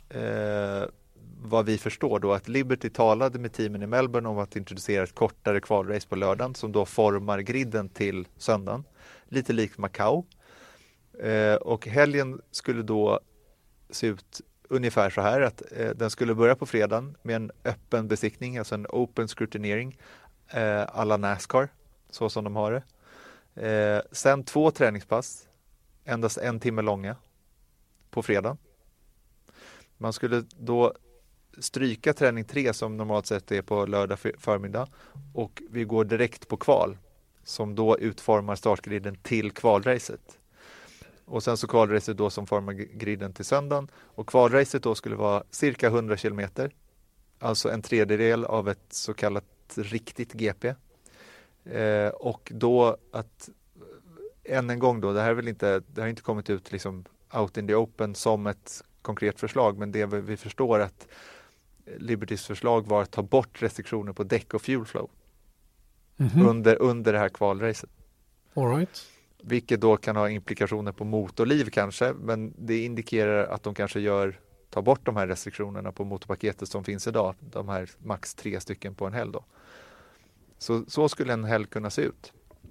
vad vi förstår då, att Liberty talade med teamen i Melbourne om att introducera ett kortare kvalrace på lördagen som då formar griden till söndagen. Lite likt Macau. Och helgen skulle då se ut ungefär så här, att den skulle börja på fredagen med en öppen besiktning, alltså en open scrutinering alla NASCAR, så som de har det. Sen 2 träningspass, endast 1 timme långa på fredag. Man skulle då stryka träning 3 som normalt sett är på lördag förmiddag, och vi går direkt på kval som då utformar startgriden till kvalracet. Och sen så kvalracet då som formar griden till söndagen, och kvalracet då skulle vara cirka 100 kilometer, alltså en tredjedel av ett så kallat riktigt GP. Och då att än en gång då, det har inte kommit ut liksom out in the open som ett konkret förslag, men det vi förstår att Libertys förslag var att ta bort restriktioner på däck och fuel flow under det här kvalracet. All right. Vilket då kan ha implikationer på motorliv kanske, men det indikerar att de kanske tar bort de här restriktionerna på motorpaketet som finns idag, de här max 3 stycken på en helg då. Så skulle en helg kunna se ut.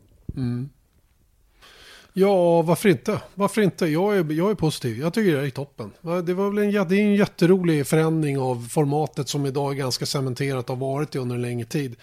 Ja, varför inte? Jag är positiv. Jag tycker det är toppen. Det är en jätterolig förändring av formatet som idag är ganska cementerat och har varit det under en längre tid.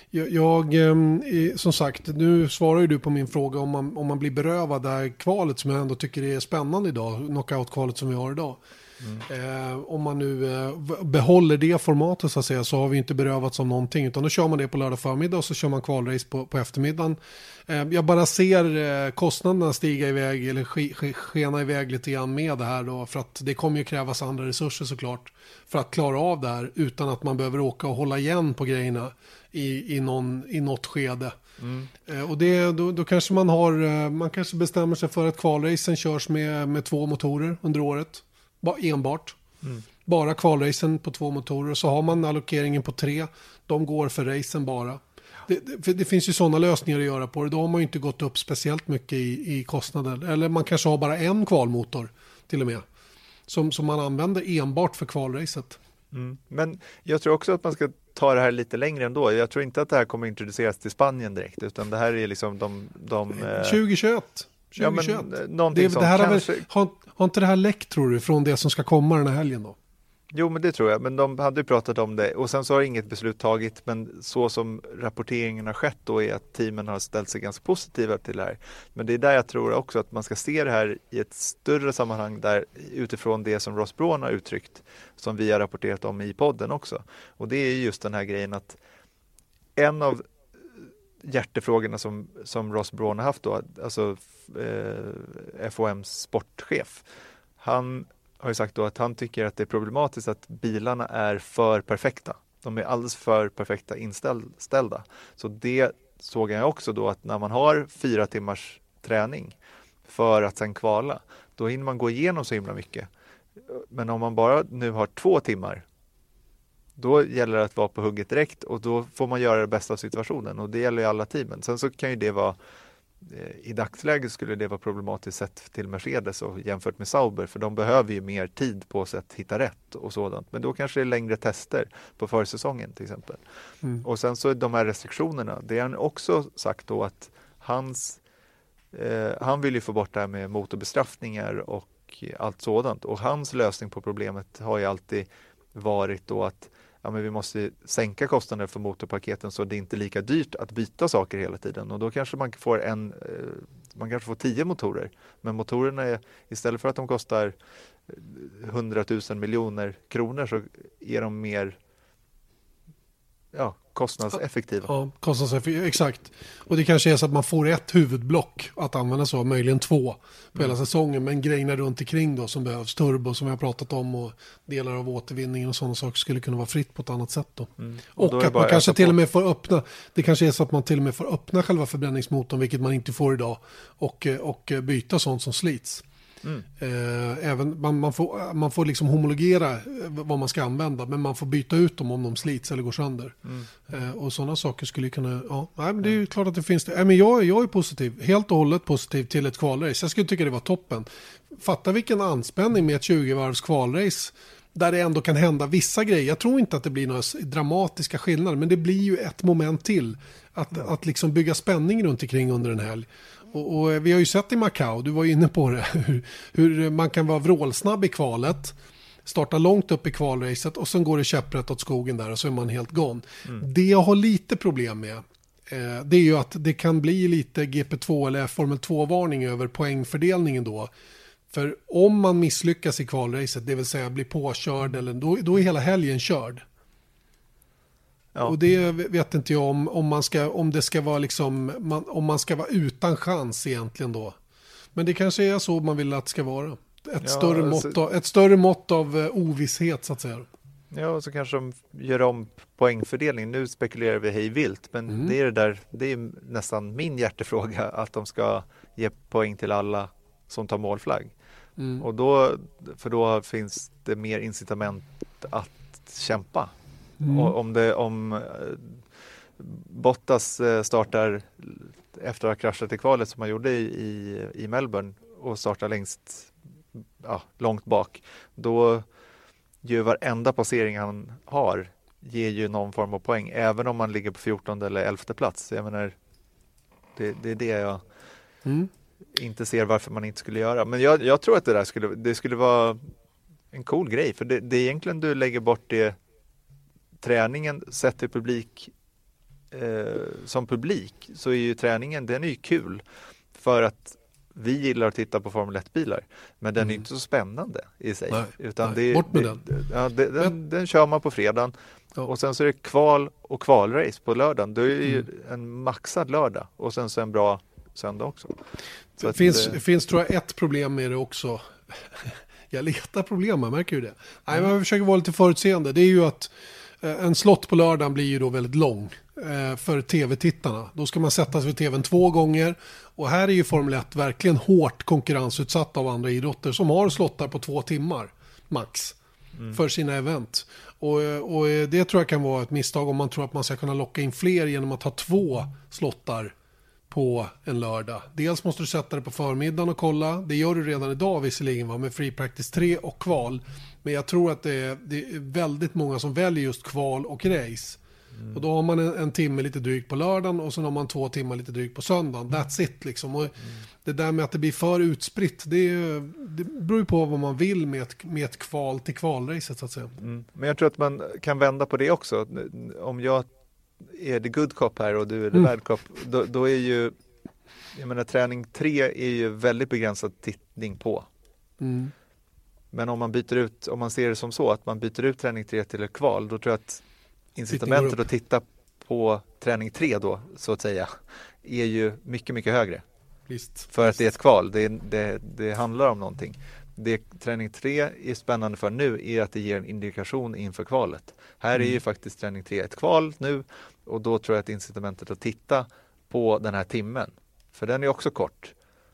Som sagt, nu svarar ju du på min fråga om man blir berövad det här kvalet som jag ändå tycker är spännande idag, knockout-kvalet som vi har idag. Om man nu behåller det formatet så att säga, så har vi inte berövats om någonting, utan då kör man det på lördag förmiddag och så kör man kvalrace på eftermiddagen. Jag bara ser kostnaderna stiga iväg eller skena iväg lite grann med det här då, för att det kommer ju krävas andra resurser såklart för att klara av det här utan att man behöver åka och hålla igen på grejerna i något skede. Och då kanske man kanske bestämmer sig för att kvalracen körs med 2 motorer under året. Enbart. Bara kvalracen på 2 motorer, och så har man allokeringen på 3. De går för racen bara. Det finns ju sådana lösningar att göra på det. Då har man ju inte gått upp speciellt mycket i kostnader. Eller man kanske har bara en kvalmotor till och med. Som man använder enbart för kvalracet. Men jag tror också att man ska ta det här lite längre ändå. Jag tror inte att det här kommer introduceras till Spanien direkt, utan det här är liksom de 2021. Ja, men någonting det här har inte det här läckt, tror du, från det som ska komma den här helgen då? Jo, men det tror jag. Men de hade ju pratat om det och sen så har inget beslut tagit, men så som rapporteringen har skett då är att teamen har ställt sig ganska positiva till det här. Men det är där jag tror också att man ska se det här i ett större sammanhang där utifrån det som Ross Brawn har uttryckt, som vi har rapporterat om i podden också. Och det är just den här grejen att en av hjärtefrågorna som Ross Brawn har haft då, alltså FOMs sportchef, han har ju sagt då att han tycker att det är problematiskt att bilarna är för perfekta. De är alldeles för perfekta inställda. Så det såg jag också då att när man har 4 timmars träning för att sen kvala, då hinner man gå igenom så himla mycket. Men om man bara nu har 2 timmar, då gäller det att vara på hugget direkt och då får man göra det bästa av situationen och det gäller ju alla teamen. Sen så kan ju det vara, i dagsläget skulle det vara problematiskt sett till Mercedes och jämfört med Sauber, för de behöver ju mer tid på sig att hitta rätt och sådant. Men då kanske det är längre tester på försäsongen till exempel. Och sen så de här restriktionerna, det har han också sagt då att han vill ju få bort det här med motorbestraffningar och allt sådant. Och hans lösning på problemet har ju alltid varit då att men vi måste sänka kostnader för motorpaketen så det är inte lika dyrt att byta saker hela tiden. Och då kanske man får 10 motorer. Men motorerna är, istället för att de kostar 100 000 miljoner kronor, så är de mer kostnadseffektiva. Ja, kostnadseffektiva, exakt. Och det kanske är så att man får ett huvudblock att använda så, möjligen 2 på hela säsongen, men grejerna runt omkring då som behövs, turbo som vi har pratat om och delar av återvinningen och sådana saker skulle kunna vara fritt på ett annat sätt då. Och att man kanske till och med får öppna, det kanske är så att man till och med får öppna själva förbränningsmotorn, vilket man inte får idag, och byta sånt som slits. Även man får liksom homologera vad man ska använda, men man får byta ut dem om de slits eller går sönder. Och sådana saker skulle kunna, men det är ju klart att det finns det. Men jag är positiv, helt och hållet positiv till ett kvalrace. Jag skulle tycka det var toppen. Fatta vilken anspänning med ett 20-varvs kvalrace där det ändå kan hända vissa grejer. Jag tror inte att det blir några dramatiska skillnader, men det blir ju ett moment till att liksom bygga spänning runt omkring under en helg. Och vi har ju sett i Macau, du var ju inne på det, hur man kan vara vrålsnabb i kvalet, starta långt upp i kvalracet och sen går det käpprätt åt skogen där och så är man helt gone. Det jag har lite problem med, det är ju att det kan bli lite GP2 eller Formel 2-varning över poängfördelningen då. För om man misslyckas i kvalracet, det vill säga blir påkörd, eller då är hela helgen körd. Ja. Och det vet inte jag om det ska vara liksom, om man ska vara utan chans egentligen då. Men det kanske är så man vill att det ska vara. Ett större mått av ovisshet så att säga. Ja, och så kanske de gör om poängfördelningen. Nu spekulerar vi hej vilt, men det är nästan min hjärtefråga att de ska ge poäng till alla som tar målflagg. Och då finns det mer incitament att kämpa. Om Bottas startar efter att ha kraschat i kvalet som han gjorde i Melbourne och startar långt bak, då gör varenda passering han har ger ju någon form av poäng, även om man ligger på 14:e eller 11:e plats. Jag menar, det är det jag inte ser varför man inte skulle göra. Men jag tror att det skulle vara en cool grej, för det är egentligen du lägger bort det. Träningen sett till publik, som publik så är ju träningen, den är ju kul för att vi gillar att titta på Formel 1-bilar, men den är inte så spännande i sig. Bort med den. Den kör man på fredagen och sen så är det kval och kvalrace på lördagen. Då är det ju en maxad lördag och sen så en bra söndag också. Så det finns tror jag ett problem med det också. Jag letar problem, man märker ju det. Nej, men jag försöker vara lite förutseende. Det är ju att en slott på lördagen blir ju då väldigt lång för tv-tittarna. Då ska man sätta sig vid tvn 2 gånger. Och här är ju Formel 1 verkligen hårt konkurrensutsatt av andra idrotter som har slottar på 2 timmar max för sina event. Och det tror jag kan vara ett misstag om man tror att man ska kunna locka in fler genom att ha 2 slottar på en lördag. Dels måste du sätta det på förmiddagen och kolla. Det gör du redan idag visserligen med Free Practice 3 och kval. Men jag tror att det är väldigt många som väljer just kval och race. Och då har man en timme lite drygt på lördagen och sen har man 2 timmar lite drygt på söndagen. That's it liksom. Och det där med att det blir för utspritt, det beror ju på vad man vill med ett kval till kvalracet så att säga. Men jag tror att man kan vända på det också. Om jag är det good cop här och du är det bad cop, då är ju, jag menar, träning 3 är ju väldigt begränsad tittning på. Men om man byter ut, om man ser det som så att man byter ut träning 3 till ett kval, då tror jag att incitamentet att titta på träning 3 då, så att säga, är ju mycket, mycket högre. För att det är ett kval, det handlar om någonting. Det träning 3 är spännande för nu är att det ger en indikation inför kvalet. Här är ju faktiskt träning 3 ett kval nu, och då tror jag att incitamentet att titta på den här timmen, för den är också kort,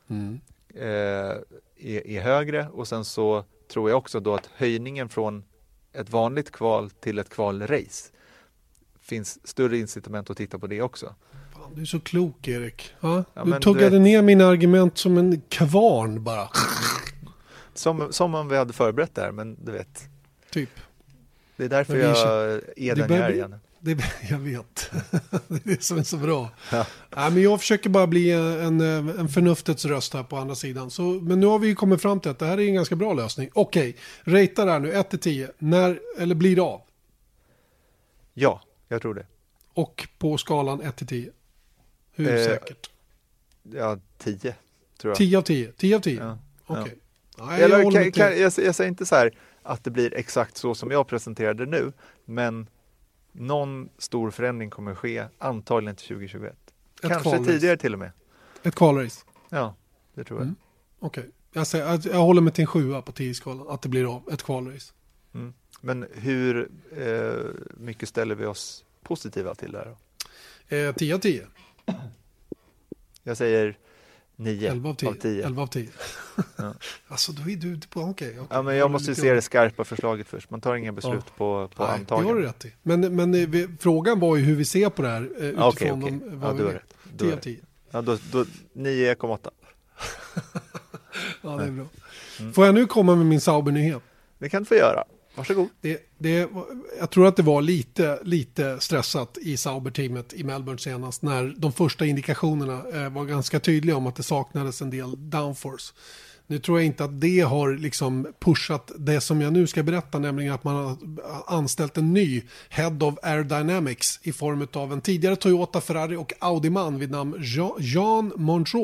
är högre, och sen så tror jag också då att höjningen från ett vanligt kval till ett kvalrace finns större incitament att titta på det också. Fan, du är så klok, Erik. Ja, du tuggade ner mina argument som en kvarn bara. Som om vi hade förberett där, men du vet. Typ. Det är därför jag är den jag är igen. Jag vet. Det är det som är så bra. Ja. Men jag försöker bara bli en förnuftets röst här på andra sidan. Men nu har vi kommit fram till att det här är en ganska bra lösning. Okej, ratea där nu 1-10. När, eller blir det av? Ja, jag tror det. Och på skalan 1-10? Hur säkert? Ja, 10 tror jag. 10 av 10? 10 av 10? Ja. Okej. Ja. Jag säger inte så här att det blir exakt så som jag presenterade nu, men någon stor förändring kommer ske antagligen till 2021. Kanske tidigare till och med. Ett kvalrace? Ja, det tror jag. Okej. Jag håller mig till en 7 på 10-skalan, att det blir av ett kvalrace. Men hur mycket ställer vi oss positiva till det här då? 10 av 10. Jag säger 9 11 av 10. 11 av 10. Ja. Alltså då är du på okej. Ja, men jag måste se det skarpa förslaget först. Man tar inga beslut på antagande. Det har du rätt i. Men frågan var ju hur vi ser på det här utifrån okej. Vad vi vet. 10 av 10. Ja, då 9,8. Ja, det är bra. Får jag nu komma med min Sauber-nyhet? Det kan du få göra. Varsågod. Jag tror att det var lite stressat i Sauber-teamet i Melbourne senast, när de första indikationerna var ganska tydliga om att det saknades en del downforce. Nu tror jag inte att det har liksom pushat det som jag nu ska berätta, nämligen att man har anställt en ny Head of Aerodynamics i form av en tidigare Toyota, Ferrari och Audi-man vid namn Jean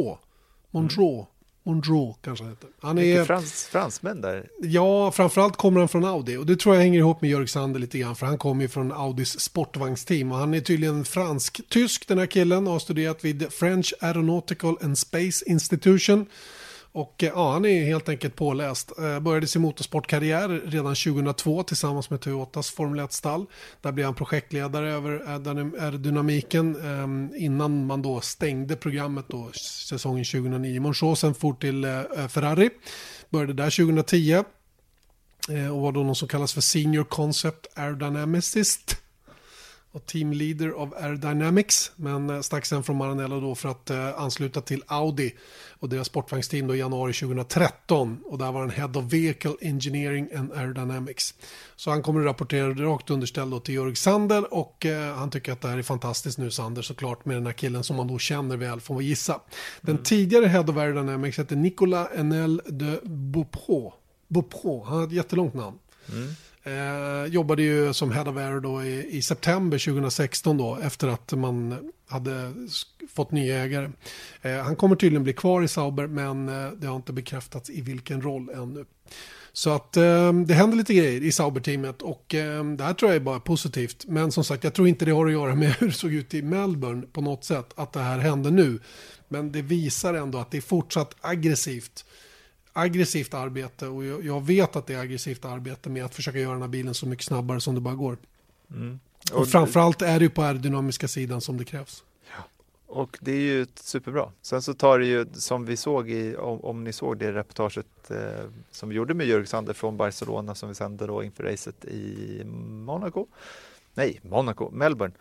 Mongeau kanske han heter. Han är fransmän där. Ja, framförallt kommer han från Audi, och det tror jag hänger ihop med Jörg Sander lite grann, för han kommer ju från Audis sportvagnsteam, och han är tydligen fransk-tysk, den här killen, och har studerat vid French Aeronautical and Space Institution. Och han är helt enkelt påläst. Började sin motorsportkarriär redan 2002 tillsammans med Toyotas Formel 1-stall. Där blev han projektledare över aerodynamiken innan man då stängde programmet då, säsongen 2009. Mongeau sen for till Ferrari. Började där 2010 och var då någon som kallas för Senior Concept Aerodynamicist och Team Leader of Aerodynamics, men stack sen från Maranello då för att ansluta till Audi och deras sportvagnsteam då i januari 2013, och där var han Head of Vehicle Engineering and Aerodynamics. Så han kommer att rapportera rakt underställd då till Jörg Sander, och han tycker att det här är fantastiskt nu, Sander, såklart, med den här killen som man då känner väl, får man gissa. Den tidigare Head of Aerodynamics heter Nicolas Enel de Beaupro. Han har ett jättelångt namn. Jobbade ju som Head of Air då i september 2016 då, efter att man hade fått nya ägare. Han kommer tydligen bli kvar i Sauber, men det har inte bekräftats i vilken roll ännu. Så att det händer lite grejer i Sauber-teamet, och det här tror jag är bara positivt. Men som sagt, jag tror inte det har att göra med hur det såg ut i Melbourne på något sätt, att det här händer nu. Men det visar ändå att det är fortsatt aggressivt arbete, och jag vet att det är aggressivt arbete med att försöka göra den här bilen så mycket snabbare som det bara går. Och framförallt är det ju på aerodynamiska sidan som det krävs. Ja. Och det är ju superbra. Sen så tar det ju, som vi såg om ni såg det reportaget som vi gjorde med Jörg Sander från Barcelona, som vi sände då inför racet i Melbourne.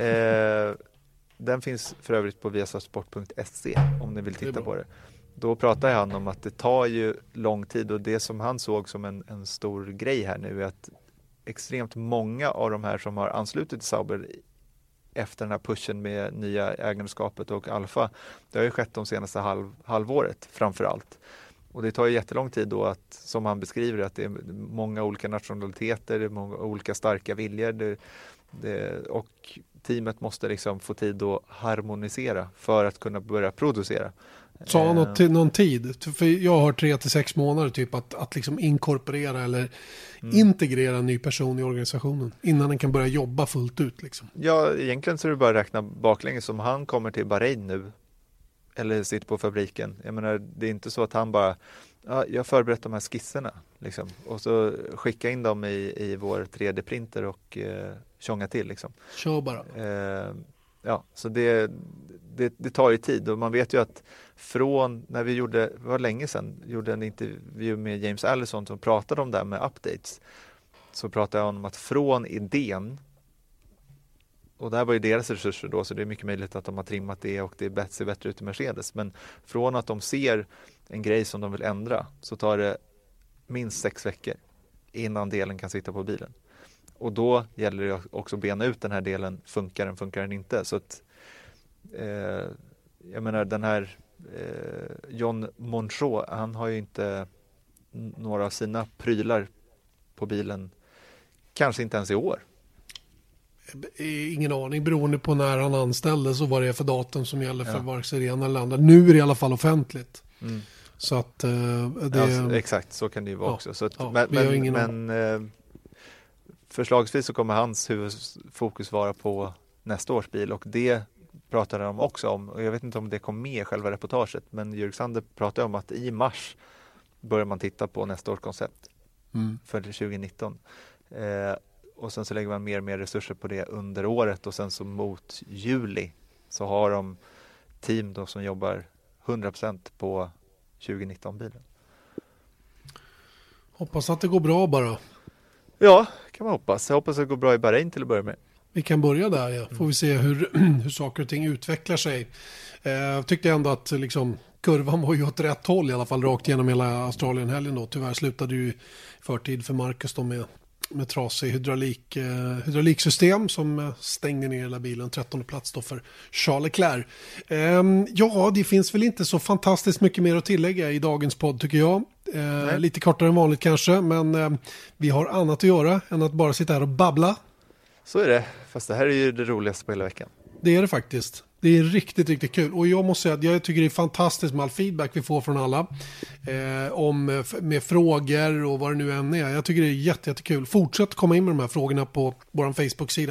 Den finns för övrigt på viasatsport.se om ni vill titta på det. Då pratar han om att det tar ju lång tid, och det som han såg som en stor grej här nu är att extremt många av de här som har anslutit till Sauber efter den här pushen med nya ägarskapet och Alfa. Det har ju skett de senaste halvåret framför allt. Och det tar ju jättelång tid då att, som han beskriver, att det är många olika nationaliteter, det är många olika starka viljor och teamet måste liksom få tid att harmonisera för att kunna börja producera. Sa han någon tid? För jag har 3 till 6 månader typ att liksom inkorporera eller integrera en ny person i organisationen innan den kan börja jobba fullt ut. Liksom. Ja, egentligen så är det bara att räkna baklänges som han kommer till Bahrain nu eller sitter på fabriken. Jag menar, det är inte så att han bara jag har förberett de här skisserna liksom, och så skicka in dem i vår 3D-printer och tjonga till. Liksom. Kör bara. Ja, så det tar ju tid och man vet ju att från när vi var länge sedan, gjorde en intervju med James Allison som pratade om det här med updates, så pratade jag om att från idén, och det här var ju deras resurser då, så det är mycket möjligt att de har trimmat det och det ser bättre ut i Mercedes, men från att de ser en grej som de vill ändra så tar det minst 6 veckor innan delen kan sitta på bilen. Och då gäller det också att bena ut den här delen, funkar den inte. Så att, jag menar den här John Monchaux, han har ju inte några av sina prylar på bilen, kanske inte ens i år. Ingen aning, beroende på när han anställdes och vad det är för datum som gäller för vare sig det ena eller andra. Nu är det i alla fall offentligt. Så att exakt, så kan det ju vara också. Så att, men förslagsvis så kommer hans huvudfokus vara på nästa års bil, och det pratade de också om, och jag vet inte om det kom med i själva reportaget, men Jörg Sander pratade om att i mars börjar man titta på nästa års koncept för 2019. Och sen så lägger man mer och mer resurser på det under året, och sen så mot juli så har de team då som jobbar 100% på 2019-bilen. Hoppas att det går bra bara. Ja, kan man hoppas. Jag hoppas att det går bra i Bahrain till att börja med. Vi kan börja där, ja. Får vi se hur saker och ting utvecklar sig. Tyckte ändå att liksom, kurvan var ju åt rätt håll i alla fall rakt igenom hela Australien-helgen då. Tyvärr slutade ju förtid för Marcus då med trasig hydrauliksystem som stängde ner hela bilen. 13:e plats då för Charles Leclerc. Ja, det finns väl inte så fantastiskt mycket mer att tillägga i dagens podd tycker jag. Lite kortare än vanligt kanske, men vi har annat att göra än att bara sitta här och babbla. Så är det, fast det här är ju det roligaste på hela veckan. Det är det faktiskt. Det är riktigt, riktigt kul. Och jag måste säga att jag tycker det är fantastiskt med all feedback vi får från alla. Med frågor och vad det nu än är. Jag tycker det är jättekul. Fortsätt komma in med de här frågorna på vår Facebook-sida.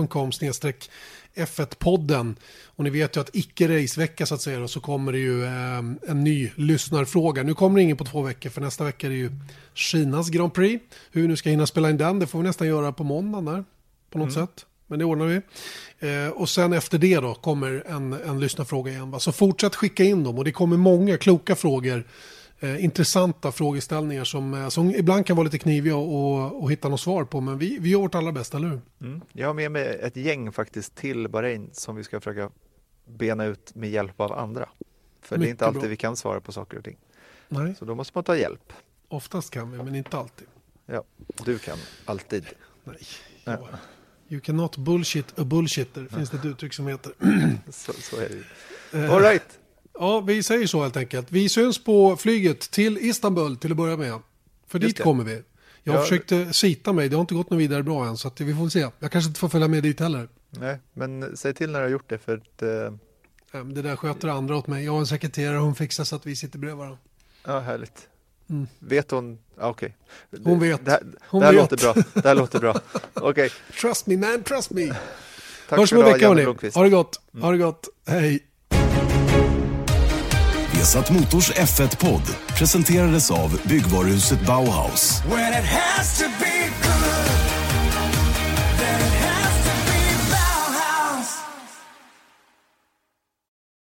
Facebook.com/F1-podden. Och ni vet ju att icke-racevecka så att säga. Så kommer det ju en ny lyssnarfråga. Nu kommer det ingen på 2 veckor. För nästa vecka är det ju Kinas Grand Prix. Hur vi nu ska hinna spela in den. Det får vi nästan göra på måndag där. På något sätt. Men det ordnar vi. Och sen efter det då kommer en lyssnarfråga igen. Va? Så fortsätt skicka in dem. Och det kommer många kloka frågor. Intressanta frågeställningar som ibland kan vara lite kniviga och hitta något svar på. Men vi gör vårt allra bästa, eller hur? Jag har med mig ett gäng faktiskt till Bahrain som vi ska försöka bena ut med hjälp av andra. För det är inte alltid vi kan svara på saker och ting. Nej. Så då måste man ta hjälp. Oftast kan vi, men inte alltid. Ja, du kan alltid. Nej. You cannot bullshit a bullshitter, finns det ett uttryck som heter. Så är det. All right. Ja, vi säger så helt enkelt. Vi syns på flyget till Istanbul till att börja med. För dit kommer vi. Jag försökte sita mig, det har inte gått något vidare bra än. Så att vi får se. Jag kanske inte får följa med dit heller. Nej, men säg till när du har gjort det. För att, det där sköter andra åt mig. Jag har en sekreterare, hon fixar så att vi sitter bredvid varandra. Ja, härligt. Vet hon? Okej. Hon vet. Det här låter bra. Det här låter bra. Okej. Trust me man, trust me. Tack hörs för vecka hörni. Ha det gott. Ha det gott. Hej. Vesat Motors F1-podd presenterades av byggvaruhuset Bauhaus. When it has to be